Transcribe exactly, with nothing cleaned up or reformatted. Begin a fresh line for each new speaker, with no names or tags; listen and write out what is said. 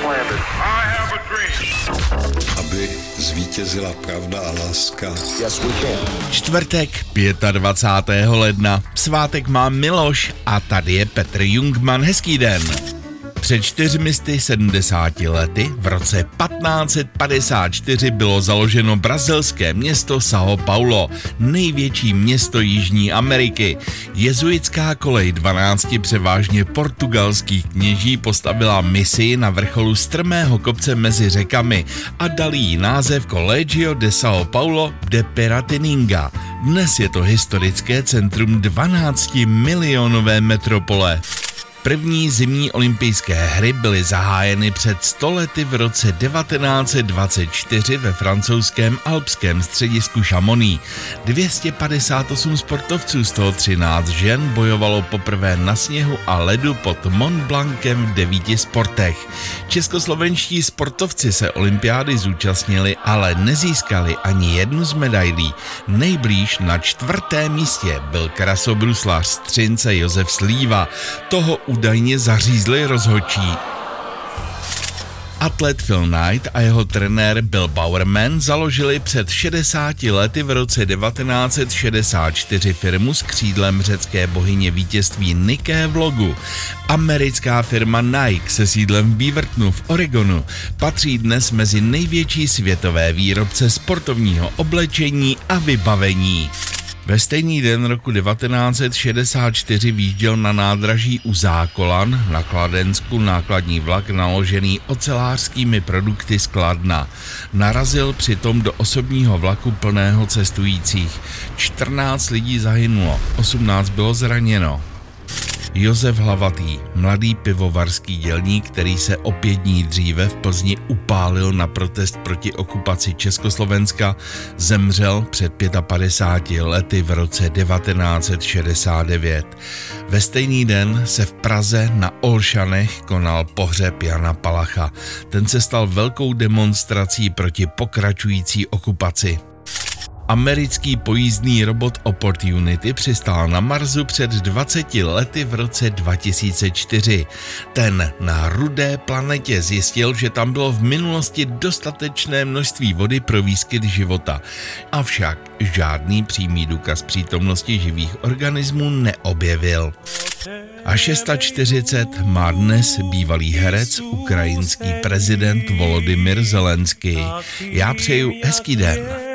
Aby zvítězila pravda a láska.
Čtvrtek, dvacátého pátého ledna. Svátek má Miloš a tady je Petr Jungmann. Hezký den. Před čtyřmisty sedmdesáti lety v roce patnáct set padesát čtyři bylo založeno brazilské město São Paulo, největší město Jižní Ameriky. Jezuitská kolej dvanácti převážně portugalských kněží postavila misi na vrcholu strmého kopce mezi řekami a dali jí název Colégio de São Paulo de Piratininga. Dnes je to historické centrum dvanáctimilionové metropole. První zimní olympijské hry byly zahájeny před sto lety v roce devatenáct set dvacet čtyři ve francouzském alpském středisku Chamonix. dvě stě padesát osm sportovců, z toho třináct žen, bojovalo poprvé na sněhu a ledu pod Mont Blancem v devíti sportech. Českoslovenští sportovci se olympiády zúčastnili, ale nezískali ani jednu z medailí. Nejblíž na čtvrtém místě byl krasobruslař z Třince Josef Slíva. Toho údajně zařízli rozhodčí. Atlet Phil Knight a jeho trenér Bill Bowerman založili před šedesáti lety v roce devatenáct set šedesát čtyři firmu s křídlem řecké bohyně vítězství Nike v logu. Americká firma Nike se sídlem v Beavertonu v Oregonu patří dnes mezi největší světové výrobce sportovního oblečení a vybavení. Ve stejný den roku devatenáct set šedesát čtyři výjížděl na nádraží u Zákolan na Kladensku nákladní vlak naložený ocelářskými produkty z Kladna. Narazil přitom do osobního vlaku plného cestujících. čtrnáct lidí zahynulo, osmnáct bylo zraněno. Josef Hlavatý, mladý pivovarský dělník, který se o pět dní dříve v Plzni upálil na protest proti okupaci Československa, zemřel před padesátimi pěti lety v roce devatenáct set šedesát devět. Ve stejný den se v Praze na Olšanech konal pohřeb Jana Palacha. Ten se stal velkou demonstrací proti pokračující okupaci. Americký pojízdný robot Opportunity přistál na Marsu před dvaceti lety v roce dva tisíce čtyři. Ten na rudé planetě zjistil, že tam bylo v minulosti dostatečné množství vody pro výskyt života. Avšak žádný přímý důkaz přítomnosti živých organismů neobjevil. A čtyřicet šest má dnes bývalý herec, ukrajinský prezident Volodymyr Zelenský. Já přeju hezký den.